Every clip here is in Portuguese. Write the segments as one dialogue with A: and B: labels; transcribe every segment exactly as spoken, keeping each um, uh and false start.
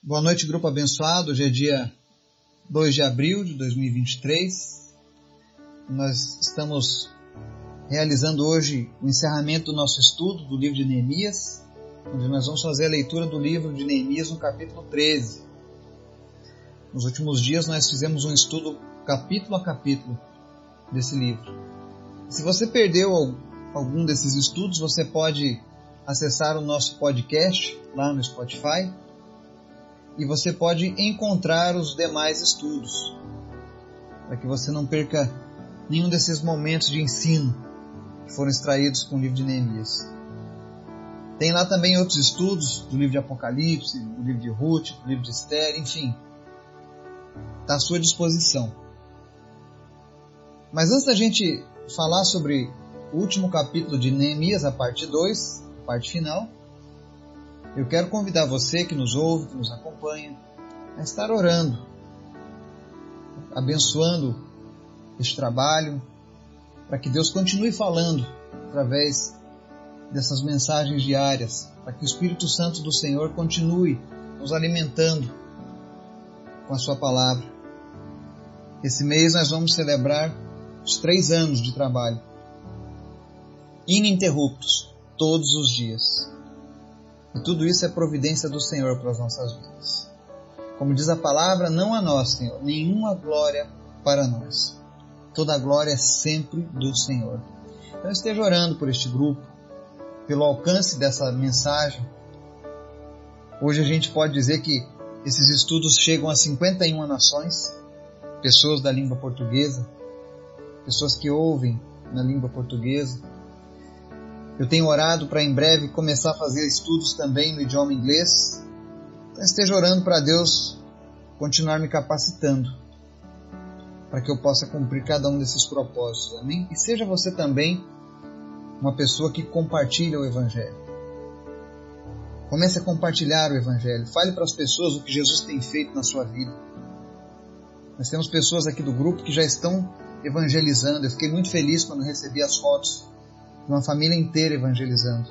A: Boa noite, grupo abençoado. Hoje é dia dois de abril de dois mil e vinte e três. Nós estamos realizando hoje o encerramento do nosso estudo do livro de Neemias, onde nós vamos fazer a leitura do livro de Neemias no capítulo treze. Nos últimos dias nós fizemos um estudo capítulo a capítulo desse livro. Se você perdeu algum desses estudos, você pode acessar o nosso podcast lá no Spotify e você pode encontrar os demais estudos, para que você não perca nenhum desses momentos de ensino que foram extraídos com o livro de Neemias. Tem lá também outros estudos do livro de Apocalipse, do livro de Ruth, do livro de Esther, enfim. Está à sua disposição. Mas antes da gente falar sobre o último capítulo de Neemias, a parte dois, a parte final, eu quero convidar você que nos ouve, que nos acompanha, a estar orando, abençoando este trabalho, para que Deus continue falando através dessas mensagens diárias, para que o Espírito Santo do Senhor continue nos alimentando com a sua palavra. Esse mês nós vamos celebrar os três anos de trabalho, ininterruptos, todos os dias. E tudo isso é providência do Senhor para as nossas vidas. Como diz a palavra, não a nós, Senhor, nenhuma glória para nós. Toda a glória é sempre do Senhor. Então esteja orando por este grupo, pelo alcance dessa mensagem. Hoje a gente pode dizer que esses estudos chegam a cinquenta e uma nações, pessoas da língua portuguesa, pessoas que ouvem na língua portuguesa. Eu tenho orado para em breve começar a fazer estudos também no idioma inglês. Então esteja orando para Deus continuar me capacitando, para que eu possa cumprir cada um desses propósitos. Amém? E seja você também uma pessoa que compartilha o Evangelho. Comece a compartilhar o Evangelho. Fale para as pessoas o que Jesus tem feito na sua vida. Nós temos pessoas aqui do grupo que já estão evangelizando. Eu fiquei muito feliz quando recebi as fotos de uma família inteira evangelizando.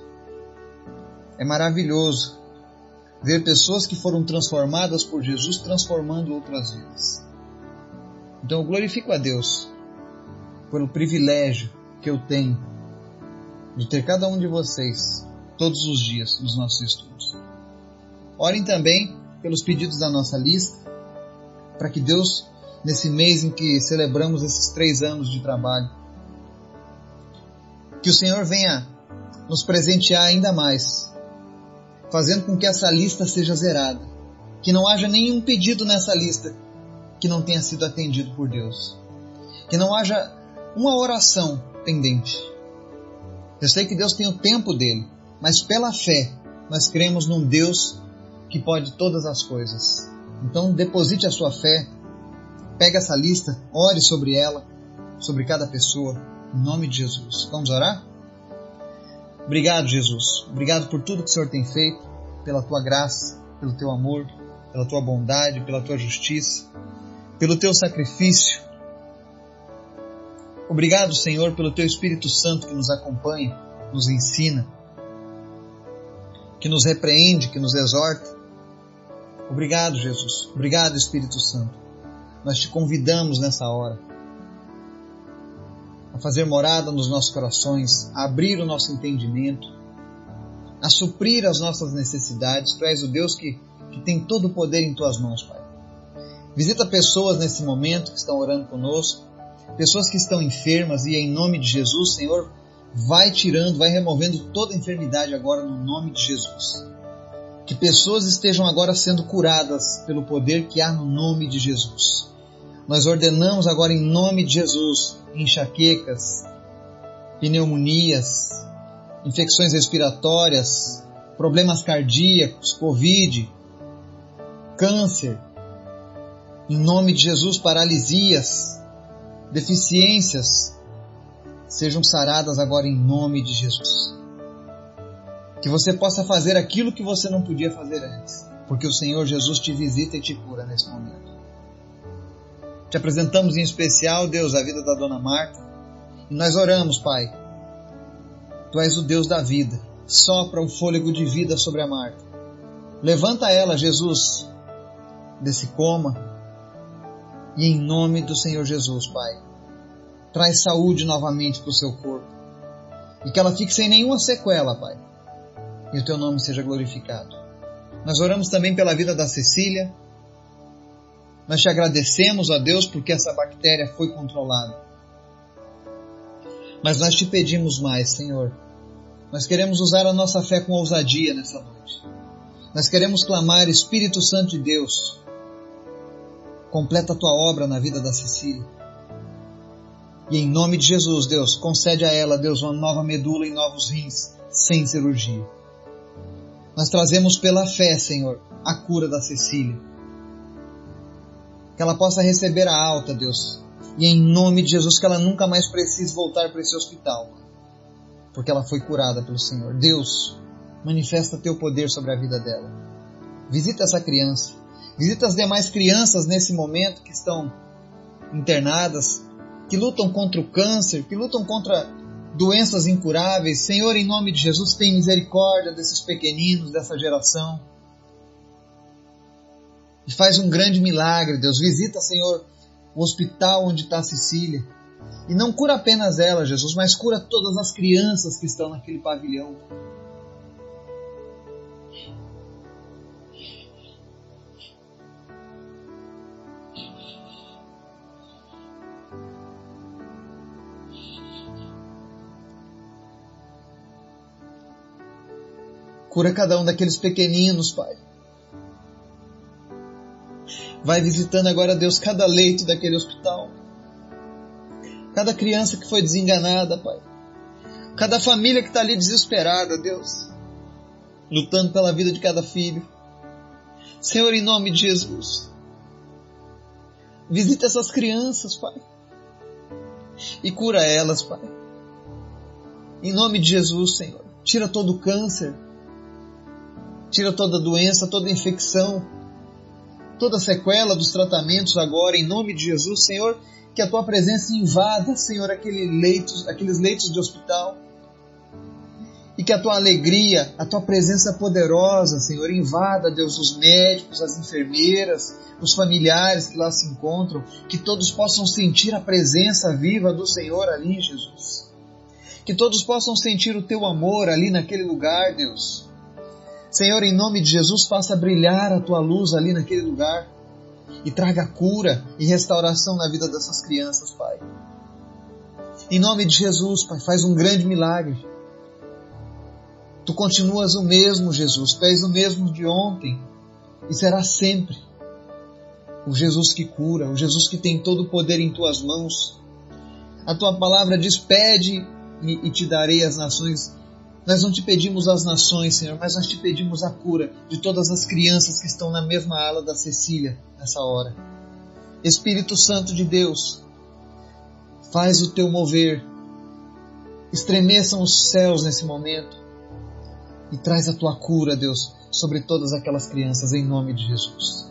A: É maravilhoso ver pessoas que foram transformadas por Jesus transformando outras vidas. Então eu glorifico a Deus pelo privilégio que eu tenho de ter cada um de vocês todos os dias nos nossos estudos. Orem também pelos pedidos da nossa lista, para que Deus, nesse mês em que celebramos esses três anos de trabalho, que o Senhor venha nos presentear ainda mais, fazendo com que essa lista seja zerada, que não haja nenhum pedido nessa lista que não tenha sido atendido por Deus, que não haja uma oração pendente. Eu sei que Deus tem o tempo dele, mas pela fé nós cremos num Deus que pode todas as coisas. Então deposite a sua fé, pegue essa lista, ore sobre ela, sobre cada pessoa, em nome de Jesus. Vamos orar? Obrigado, Jesus. Obrigado por tudo que o Senhor tem feito, pela tua graça, pelo teu amor, pela tua bondade, pela tua justiça, pelo teu sacrifício. Obrigado, Senhor, pelo teu Espírito Santo que nos acompanha, nos ensina, que nos repreende, que nos exorta. Obrigado, Jesus. Obrigado, Espírito Santo. Nós te convidamos nessa hora a fazer morada nos nossos corações, a abrir o nosso entendimento, a suprir as nossas necessidades. Tu és o Deus que, que tem todo o poder em tuas mãos, Pai. Visita pessoas nesse momento que estão orando conosco, pessoas que estão enfermas, e em nome de Jesus, Senhor, vai tirando, vai removendo toda a enfermidade agora no nome de Jesus. Que pessoas estejam agora sendo curadas pelo poder que há no nome de Jesus. Nós ordenamos agora em nome de Jesus enxaquecas, pneumonias, infecções respiratórias, problemas cardíacos, Covid, câncer, em nome de Jesus, paralisias, deficiências, sejam saradas agora em nome de Jesus. Que você possa fazer aquilo que você não podia fazer antes, porque o Senhor Jesus te visita e te cura nesse momento. Te apresentamos em especial, Deus, a vida da Dona Marta, e nós oramos, Pai. Tu és o Deus da vida. Sopra o fôlego de vida sobre a Marta. Levanta ela, Jesus, desse coma. E em nome do Senhor Jesus, Pai, traz saúde novamente para o seu corpo. E que ela fique sem nenhuma sequela, Pai. E o teu nome seja glorificado. Nós oramos também pela vida da Cecília. Nós te agradecemos, ó Deus, porque essa bactéria foi controlada. Mas nós te pedimos mais, Senhor. Nós queremos usar a nossa fé com ousadia nessa noite. Nós queremos clamar, Espírito Santo de Deus, completa a tua obra na vida da Cecília. E em nome de Jesus, Deus, concede a ela, Deus, uma nova medula e novos rins, sem cirurgia. Nós trazemos pela fé, Senhor, a cura da Cecília. Que ela possa receber a alta, Deus. E em nome de Jesus, que ela nunca mais precise voltar para esse hospital. Porque ela foi curada pelo Senhor. Deus, manifesta teu poder sobre a vida dela. Visita essa criança. Visita as demais crianças nesse momento que estão internadas, que lutam contra o câncer, que lutam contra doenças incuráveis. Senhor, em nome de Jesus, tem misericórdia desses pequeninos, dessa geração. E faz um grande milagre, Deus. Visita, Senhor, o hospital onde está a Cecília. E não cura apenas ela, Jesus, mas cura todas as crianças que estão naquele pavilhão. Cura cada um daqueles pequeninos, Pai. Vai visitando agora, Deus, cada leito daquele hospital. Cada criança que foi desenganada, Pai. Cada família que está ali desesperada, Deus. Lutando pela vida de cada filho. Senhor, em nome de Jesus. Visita essas crianças, Pai. E cura elas, Pai. Em nome de Jesus, Senhor. Tira todo o câncer. Tira toda doença, toda infecção, toda sequela dos tratamentos agora, em nome de Jesus, Senhor, que a Tua presença invada, Senhor, aquele leitos, aqueles leitos de hospital, e que a Tua alegria, a Tua presença poderosa, Senhor, invada, Deus, os médicos, as enfermeiras, os familiares que lá se encontram, que todos possam sentir a presença viva do Senhor ali, Jesus. Que todos possam sentir o Teu amor ali naquele lugar, Deus. Senhor, em nome de Jesus, faça brilhar a Tua luz ali naquele lugar e traga cura e restauração na vida dessas crianças, Pai. Em nome de Jesus, Pai, faz um grande milagre. Tu continuas o mesmo, Jesus. Tu és o mesmo de ontem e será sempre. O Jesus que cura, o Jesus que tem todo o poder em Tuas mãos. A Tua palavra diz, pede e te darei as nações. Nós não te pedimos as nações, Senhor, mas nós te pedimos a cura de todas as crianças que estão na mesma ala da Cecília nessa hora. Espírito Santo de Deus, faz o Teu mover. Estremeçam os céus nesse momento e traz a Tua cura, Deus, sobre todas aquelas crianças, em nome de Jesus.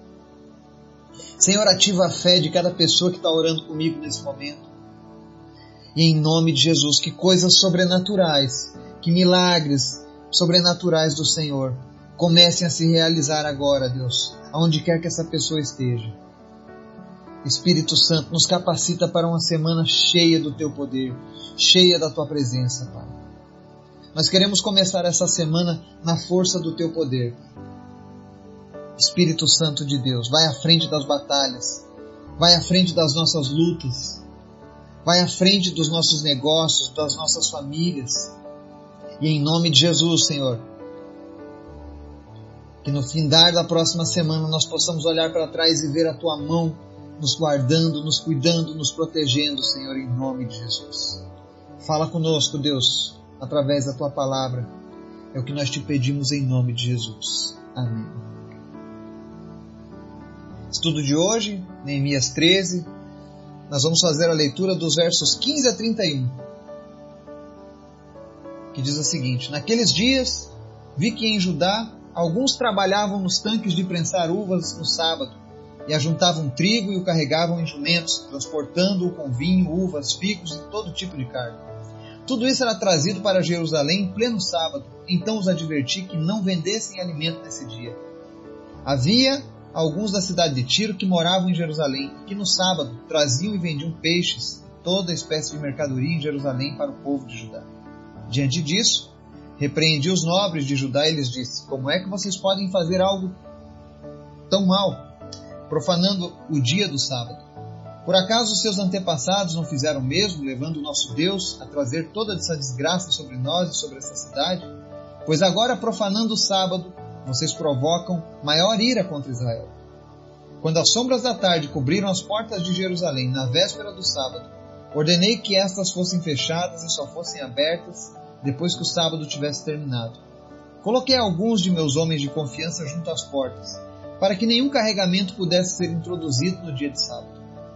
A: Senhor, ativa a fé de cada pessoa que está orando comigo nesse momento. E em nome de Jesus, que coisas sobrenaturais, que milagres sobrenaturais do Senhor comecem a se realizar agora, Deus, aonde quer que essa pessoa esteja. Espírito Santo, nos capacita para uma semana cheia do Teu poder, cheia da Tua presença, Pai. Nós queremos começar essa semana na força do Teu poder. Espírito Santo de Deus, vai à frente das batalhas, vai à frente das nossas lutas, vai à frente dos nossos negócios, das nossas famílias. E em nome de Jesus, Senhor, que no findar da próxima semana nós possamos olhar para trás e ver a Tua mão nos guardando, nos cuidando, nos protegendo, Senhor, em nome de Jesus. Fala conosco, Deus, através da Tua palavra. É o que nós te pedimos em nome de Jesus. Amém. Estudo de hoje, Neemias treze. Nós vamos fazer a leitura dos versos quinze a trinta e um. Que diz o seguinte: naqueles dias, vi que em Judá alguns trabalhavam nos tanques de prensar uvas no sábado, e ajuntavam trigo e o carregavam em jumentos, transportando-o com vinho, uvas, figos e todo tipo de carne. Tudo isso era trazido para Jerusalém em pleno sábado. Então os adverti que não vendessem alimento nesse dia. Havia alguns da cidade de Tiro que moravam em Jerusalém e que no sábado traziam e vendiam peixes e toda espécie de mercadoria em Jerusalém para o povo de Judá. Diante disso, repreendi os nobres de Judá e lhes disse: como é que vocês podem fazer algo tão mal, profanando o dia do sábado? Por acaso os seus antepassados não fizeram o mesmo, levando o nosso Deus a trazer toda essa desgraça sobre nós e sobre essa cidade? Pois agora, profanando o sábado, vocês provocam maior ira contra Israel. Quando as sombras da tarde cobriram as portas de Jerusalém na véspera do sábado, ordenei que estas fossem fechadas e só fossem abertas depois que o sábado tivesse terminado. Coloquei alguns de meus homens de confiança junto às portas, para que nenhum carregamento pudesse ser introduzido no dia de sábado.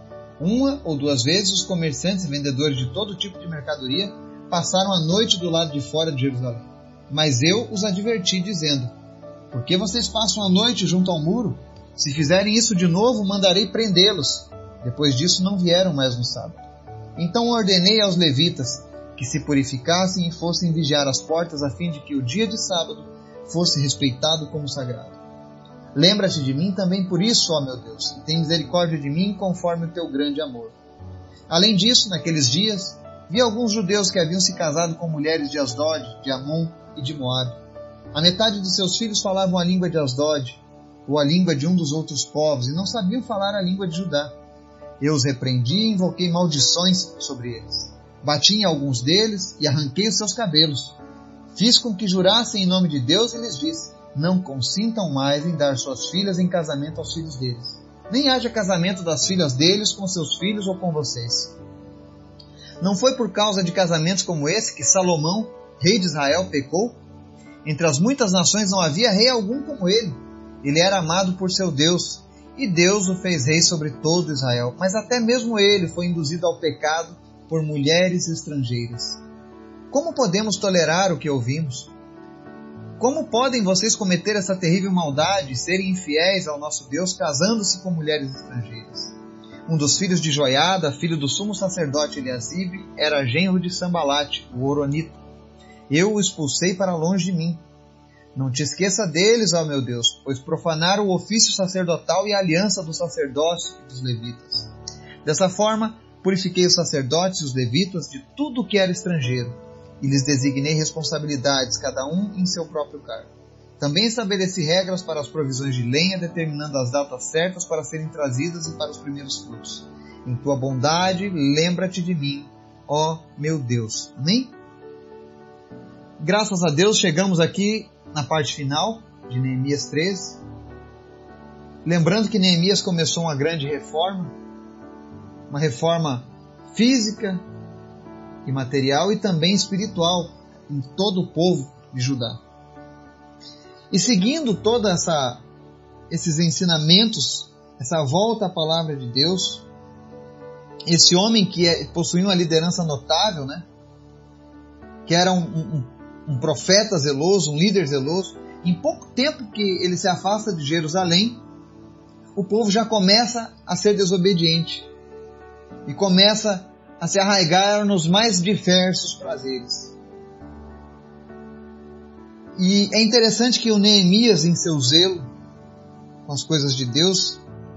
A: Uma ou duas vezes os comerciantes e vendedores de todo tipo de mercadoria passaram a noite do lado de fora de Jerusalém. Mas eu os adverti, dizendo: por que vocês passam a noite junto ao muro? Se fizerem isso de novo, mandarei prendê-los. Depois disso não vieram mais no sábado. Então ordenei aos levitas que se purificassem e fossem vigiar as portas, a fim de que o dia de sábado fosse respeitado como sagrado. Lembra-te de mim também por isso, ó meu Deus, e tem misericórdia de mim conforme o teu grande amor. Além disso, naqueles dias, vi alguns judeus que haviam se casado com mulheres de Asdod, de Amon e de Moabe. A metade de seus filhos falavam a língua de Asdod, ou a língua de um dos outros povos, e não sabiam falar a língua de Judá. Eu os repreendi e invoquei maldições sobre eles. Bati em alguns deles e arranquei os seus cabelos. Fiz com que jurassem em nome de Deus e lhes disse: não consintam mais em dar suas filhas em casamento aos filhos deles. Nem haja casamento das filhas deles com seus filhos ou com vocês. Não foi por causa de casamentos como esse que Salomão, rei de Israel, pecou? Entre as muitas nações não havia rei algum como ele. Ele era amado por seu Deus, e Deus o fez rei sobre todo Israel. Mas até mesmo ele foi induzido ao pecado por mulheres estrangeiras. Como podemos tolerar o que ouvimos? Como podem vocês cometer essa terrível maldade e serem infiéis ao nosso Deus, casando-se com mulheres estrangeiras? Um dos filhos de Joiada, filho do sumo sacerdote Eliasibe, era genro de Sambalate, o horonita. Eu o expulsei para longe de mim. Não te esqueça deles, ó meu Deus, pois profanaram o ofício sacerdotal e a aliança do sacerdócio e dos levitas. Dessa forma, purifiquei os sacerdotes e os levitas de tudo o que era estrangeiro, e lhes designei responsabilidades, cada um em seu próprio cargo. Também estabeleci regras para as provisões de lenha, determinando as datas certas para serem trazidas e para os primeiros frutos. Em tua bondade, lembra-te de mim, ó meu Deus. Amém? Graças a Deus, chegamos aqui na parte final de Neemias treze. Lembrando que Neemias começou uma grande reforma, uma reforma física e material e também espiritual em todo o povo de Judá. E seguindo todos esses ensinamentos, essa volta à palavra de Deus, esse homem que é, possuía uma liderança notável, né? Que era um, um, um profeta zeloso, um líder zeloso, em pouco tempo que ele se afasta de Jerusalém, o povo já começa a ser desobediente e começa a se arraigar nos mais diversos prazeres. E é interessante que o Neemias, em seu zelo com as coisas de Deus,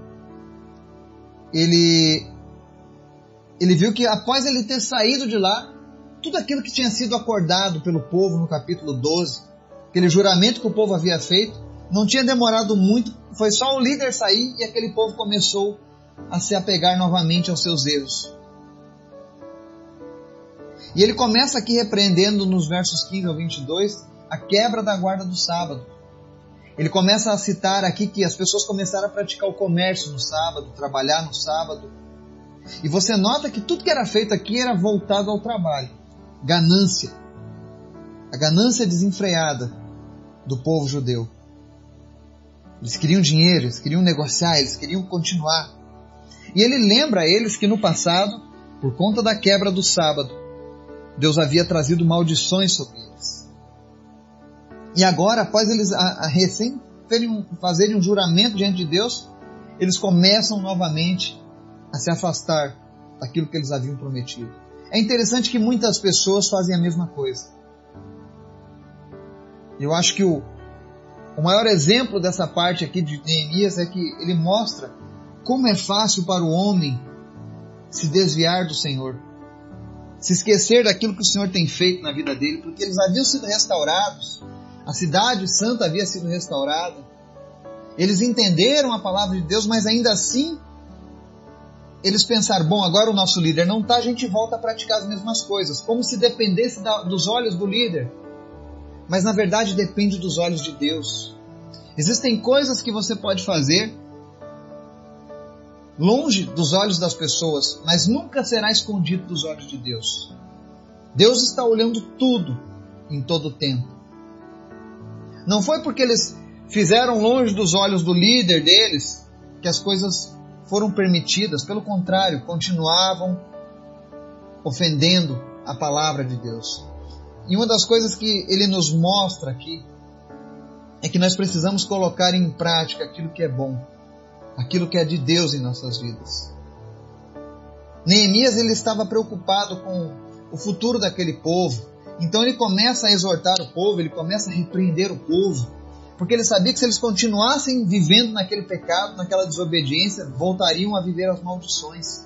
A: ele, ele viu que após ele ter saído de lá, tudo aquilo que tinha sido acordado pelo povo no capítulo doze, aquele juramento que o povo havia feito, não tinha demorado muito, foi só o líder sair e aquele povo começou a se apegar novamente aos seus erros. E ele começa aqui repreendendo nos versos quinze ao vinte e dois a quebra da guarda do sábado. Ele começa a citar aqui que as pessoas começaram a praticar o comércio no sábado, trabalhar no sábado. E você nota que tudo que era feito aqui era voltado ao trabalho. Ganância. A ganância desenfreada do povo judeu. Eles queriam dinheiro, eles queriam negociar, eles queriam continuar. E ele lembra a eles que no passado, por conta da quebra do sábado, Deus havia trazido maldições sobre eles. E agora, após eles a, a recém fazerem um juramento diante de Deus, eles começam novamente a se afastar daquilo que eles haviam prometido. É interessante que muitas pessoas fazem a mesma coisa. Eu acho que o, O maior exemplo dessa parte aqui de Neemias é que ele mostra como é fácil para o homem se desviar do Senhor, se esquecer daquilo que o Senhor tem feito na vida dele, porque eles haviam sido restaurados, a cidade santa havia sido restaurada, eles entenderam a palavra de Deus, mas ainda assim eles pensaram, bom, agora o nosso líder não está, a gente volta a praticar as mesmas coisas, como se dependesse da, dos olhos do líder. Mas na verdade depende dos olhos de Deus. Existem coisas que você pode fazer longe dos olhos das pessoas, mas nunca será escondido dos olhos de Deus. Deus está olhando tudo em todo o tempo. Não foi porque eles fizeram longe dos olhos do líder deles que as coisas foram permitidas. Pelo contrário, continuavam ofendendo a palavra de Deus. E uma das coisas que ele nos mostra aqui é que nós precisamos colocar em prática aquilo que é bom, aquilo que é de Deus em nossas vidas. Neemias ele estava preocupado com o futuro daquele povo. Então ele começa a exortar o povo, ele começa a repreender o povo, porque ele sabia que se eles continuassem vivendo naquele pecado, naquela desobediência, voltariam a viver as maldições.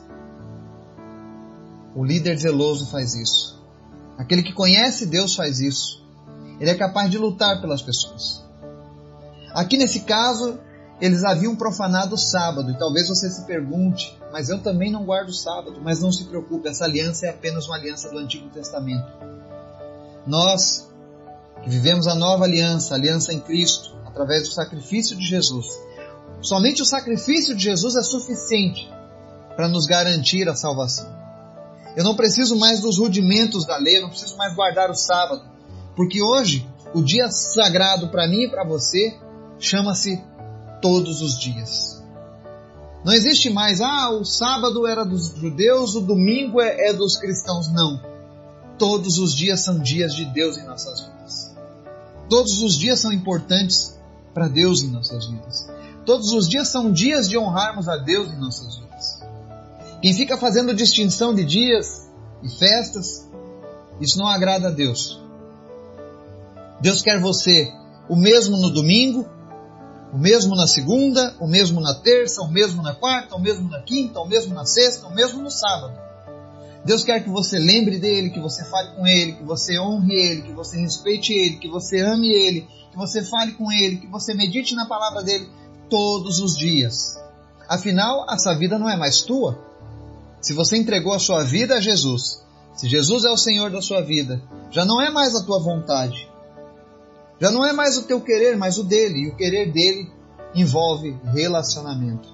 A: O líder zeloso faz isso. Aquele que conhece Deus faz isso. Ele é capaz de lutar pelas pessoas. Aqui nesse caso, eles haviam profanado o sábado. E talvez você se pergunte, mas eu também não guardo o sábado. Mas não se preocupe, essa aliança é apenas uma aliança do Antigo Testamento. Nós, que vivemos a nova aliança, a aliança em Cristo, através do sacrifício de Jesus. Somente o sacrifício de Jesus é suficiente para nos garantir a salvação. Eu não preciso mais dos rudimentos da lei, eu não preciso mais guardar o sábado, porque hoje, o dia sagrado para mim e para você, chama-se todos os dias. Não existe mais, ah, o sábado era dos judeus, o domingo é, é dos cristãos. Não. Todos os dias são dias de Deus em nossas vidas. Todos os dias são importantes para Deus em nossas vidas. Todos os dias são dias de honrarmos a Deus em nossas vidas. Quem fica fazendo distinção de dias e festas, isso não agrada a Deus. Deus quer você o mesmo no domingo, o mesmo na segunda, o mesmo na terça, o mesmo na quarta, o mesmo na quinta, o mesmo na sexta, o mesmo no sábado. Deus quer que você lembre dele, que você fale com ele, que você honre ele, que você respeite ele, que você ame ele, que você fale com ele, que você medite na palavra dele todos os dias. Afinal, essa vida não é mais tua. Se você entregou a sua vida a Jesus, se Jesus é o Senhor da sua vida, já não é mais a tua vontade. Já não é mais o teu querer, mas o dele. E o querer dele envolve relacionamento.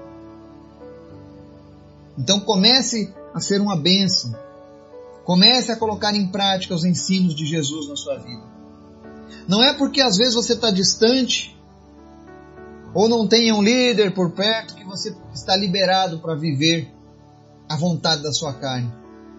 A: Então comece a ser uma bênção. Comece a colocar em prática os ensinos de Jesus na sua vida. Não é porque às vezes você está distante ou não tenha um líder por perto que você está liberado para viver a vontade da sua carne.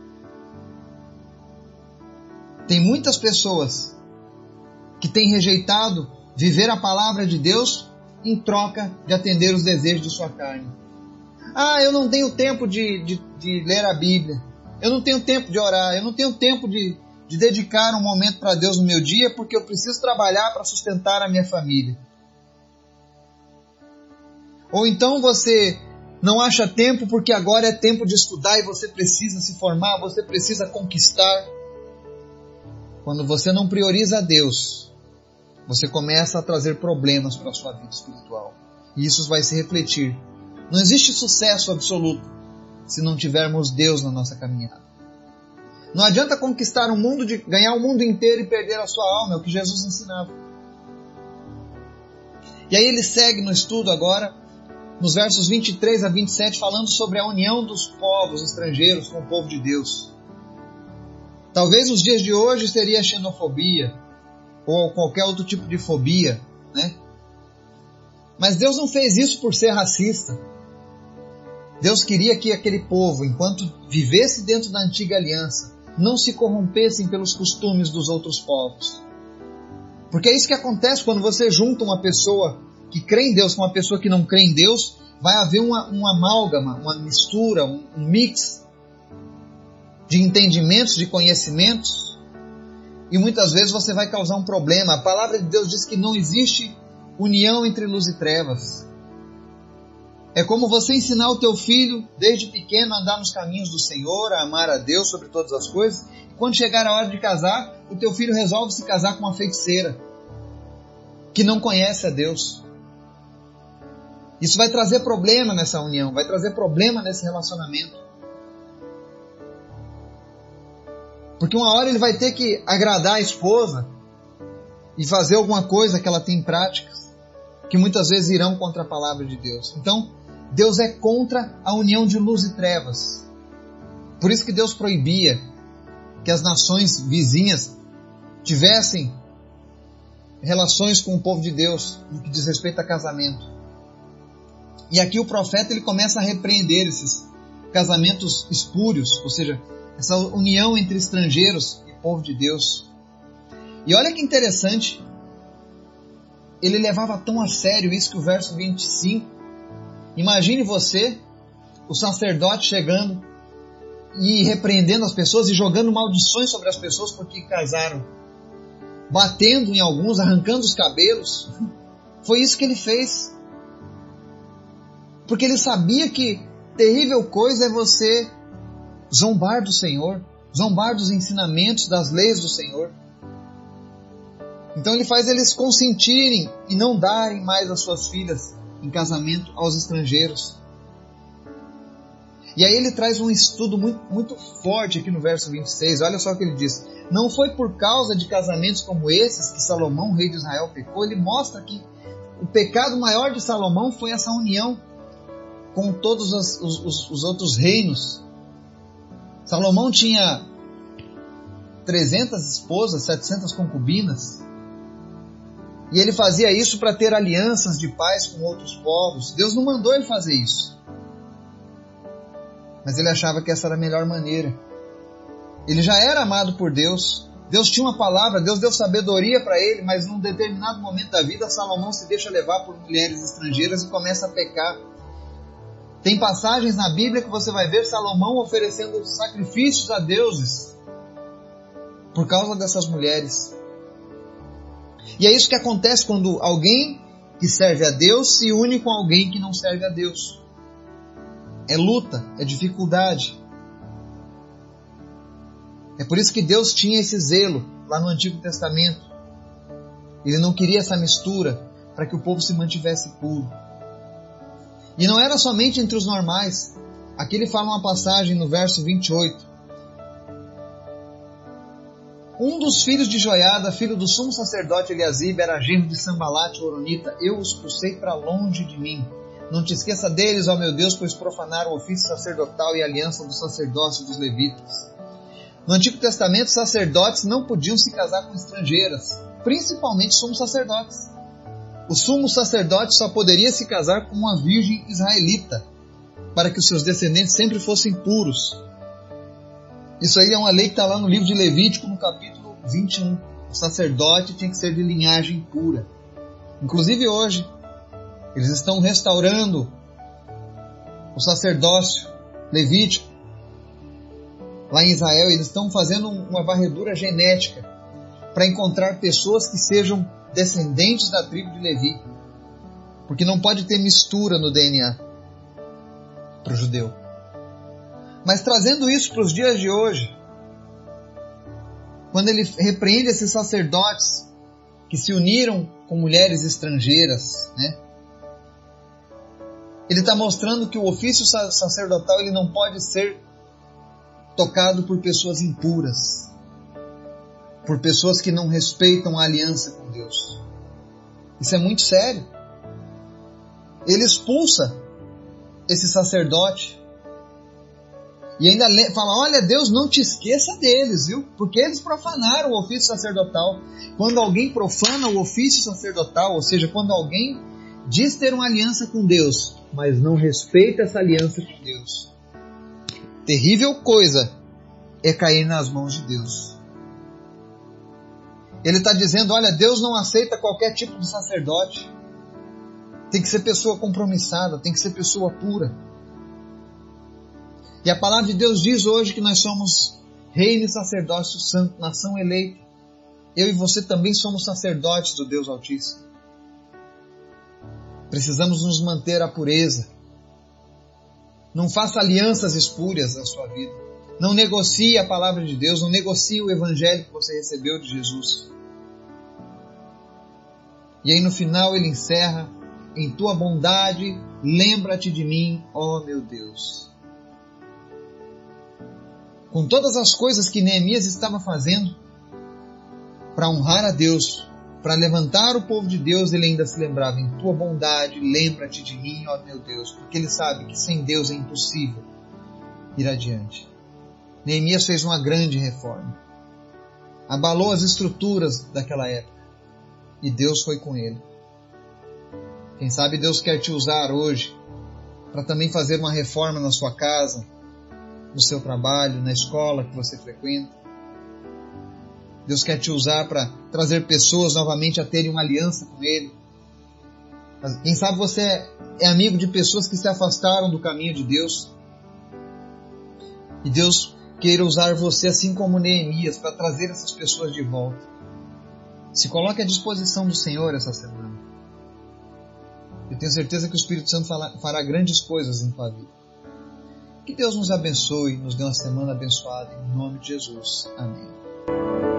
A: Tem muitas pessoas que têm rejeitado viver a palavra de Deus em troca de atender os desejos de sua carne. Ah, eu não tenho tempo de, de, de ler a Bíblia. Eu não tenho tempo de orar. Eu não tenho tempo de, de dedicar um momento para Deus no meu dia porque eu preciso trabalhar para sustentar a minha família. Ou então você não acha tempo porque agora é tempo de estudar e você precisa se formar, você precisa conquistar. Quando você não prioriza a Deus, você começa a trazer problemas para a sua vida espiritual. E isso vai se refletir. Não existe sucesso absoluto se não tivermos Deus na nossa caminhada. Não adianta conquistar o mundo, de, ganhar o mundo inteiro e perder a sua alma, é o que Jesus ensinava. E aí ele segue no estudo agora, nos versos vinte e três a vinte e sete, falando sobre a união dos povos estrangeiros com o povo de Deus. Talvez nos dias de hoje seria xenofobia, ou qualquer outro tipo de fobia, né? Mas Deus não fez isso por ser racista. Deus queria que aquele povo, enquanto vivesse dentro da antiga aliança, não se corrompessem pelos costumes dos outros povos. Porque é isso que acontece quando você junta uma pessoa que crê em Deus com uma pessoa que não crê em Deus, vai haver uma, uma amálgama, uma mistura, um, um mix de entendimentos, de conhecimentos. e muitas vezes você vai causar um problema. A palavra de Deus diz que não existe união entre luz e trevas. É como você ensinar o teu filho, desde pequeno, a andar nos caminhos do Senhor, a amar a Deus sobre todas as coisas. E quando chegar a hora de casar, o teu filho resolve se casar com uma feiticeira, que não conhece a Deus. Isso vai trazer problema nessa união, vai trazer problema nesse relacionamento. Porque uma hora ele vai ter que agradar a esposa e fazer alguma coisa que ela tem em práticas, que muitas vezes irão contra a palavra de Deus. Então, Deus é contra a união de luz e trevas. Por isso que Deus proibia que as nações vizinhas tivessem relações com o povo de Deus no que diz respeito a casamento. E aqui o profeta ele começa a repreender esses casamentos espúrios, ou seja, essa união entre estrangeiros e povo de Deus. E olha que interessante, ele levava tão a sério isso que o verso vinte e cinco, imagine você, o sacerdote chegando e repreendendo as pessoas e jogando maldições sobre as pessoas porque casaram, batendo em alguns, arrancando os cabelos. Foi isso que ele fez. Porque ele sabia que terrível coisa é você zombar do Senhor, zombar dos ensinamentos, das leis do Senhor. Então ele faz eles consentirem e não darem mais as suas filhas em casamento aos estrangeiros. E aí ele traz um estudo muito, muito forte aqui no verso vinte e seis. Olha só o que ele diz. Não foi por causa de casamentos como esses que Salomão, rei de Israel, pecou. Ele mostra que o pecado maior de Salomão foi essa união com todos os, os, os outros reinos. Salomão tinha trezentas esposas, setecentas concubinas. E ele fazia isso para ter alianças de paz com outros povos. Deus não mandou ele fazer isso. Mas ele achava que essa era a melhor maneira. Ele já era amado por Deus. Deus tinha uma palavra, Deus deu sabedoria para ele, mas num determinado momento da vida, Salomão se deixa levar por mulheres estrangeiras e começa a pecar. Tem passagens na Bíblia que você vai ver Salomão oferecendo sacrifícios a deuses por causa dessas mulheres. E é isso que acontece quando alguém que serve a Deus se une com alguém que não serve a Deus. É luta, é dificuldade. É por isso que Deus tinha esse zelo lá no Antigo Testamento. Ele não queria essa mistura para que o povo se mantivesse puro. E não era somente entre os normais. Aqui ele fala uma passagem no verso vinte e oito. Um dos filhos de Joiada, filho do sumo sacerdote Eliasibe, era genro de Sambalate, o horonita. Eu os expulsei para longe de mim. Não te esqueça deles, ó meu Deus, pois profanaram o ofício sacerdotal e a aliança do sacerdócio dos levitas. No Antigo Testamento, sacerdotes não podiam se casar com estrangeiras, principalmente sumos sacerdotes. O sumo sacerdote só poderia se casar com uma virgem israelita, para que os seus descendentes sempre fossem puros. Isso aí é uma lei que está lá no livro de Levítico, no capítulo vinte e um. O sacerdote tinha que ser de linhagem pura. Inclusive hoje, eles estão restaurando o sacerdócio levítico. Lá em Israel, eles estão fazendo uma varredura genética para encontrar pessoas que sejam descendentes da tribo de Levi. Porque não pode ter mistura no D N A para o judeu. Mas trazendo isso para os dias de hoje, quando ele repreende esses sacerdotes que se uniram com mulheres estrangeiras, né? Ele está mostrando que o ofício sacerdotal ele não pode ser tocado por pessoas impuras, por pessoas que não respeitam a aliança com Deus. Isso é muito sério. Ele expulsa esse sacerdote e ainda fala, olha, Deus, não te esqueça deles, viu? Porque eles profanaram o ofício sacerdotal. Quando alguém profana o ofício sacerdotal, ou seja, quando alguém diz ter uma aliança com Deus, mas não respeita essa aliança com Deus, terrível coisa é cair nas mãos de Deus. Ele está dizendo, olha, Deus não aceita qualquer tipo de sacerdote. Tem que ser pessoa compromissada, tem que ser pessoa pura. E a palavra de Deus diz hoje que nós somos reino e sacerdócio santo, nação eleita. eu e você também somos sacerdotes do Deus Altíssimo. Precisamos nos manter à pureza. Não faça alianças espúrias na sua vida. Não negocie a palavra de Deus, não negocie o evangelho que você recebeu de Jesus. E aí no final ele encerra: em tua bondade, lembra-te de mim, ó meu Deus. Com todas as coisas que Neemias estava fazendo para honrar a Deus, para levantar o povo de Deus, ele ainda se lembrava: em tua bondade, lembra-te de mim, ó meu Deus, porque ele sabe que sem Deus é impossível ir adiante. Neemias fez uma grande reforma, abalou as estruturas daquela época, e Deus foi com ele. Quem sabe Deus quer te usar hoje para também fazer uma reforma na sua casa, no seu trabalho, na escola que você frequenta. Deus quer te usar para trazer pessoas novamente a terem uma aliança com Ele. Quem sabe você é amigo de pessoas que se afastaram do caminho de Deus. E Deus queira usar você assim como Neemias para trazer essas pessoas de volta. Se coloque à disposição do Senhor essa semana. Eu tenho certeza que o Espírito Santo fará grandes coisas em tua vida. Que Deus nos abençoe, nos dê uma semana abençoada, em nome de Jesus. Amém.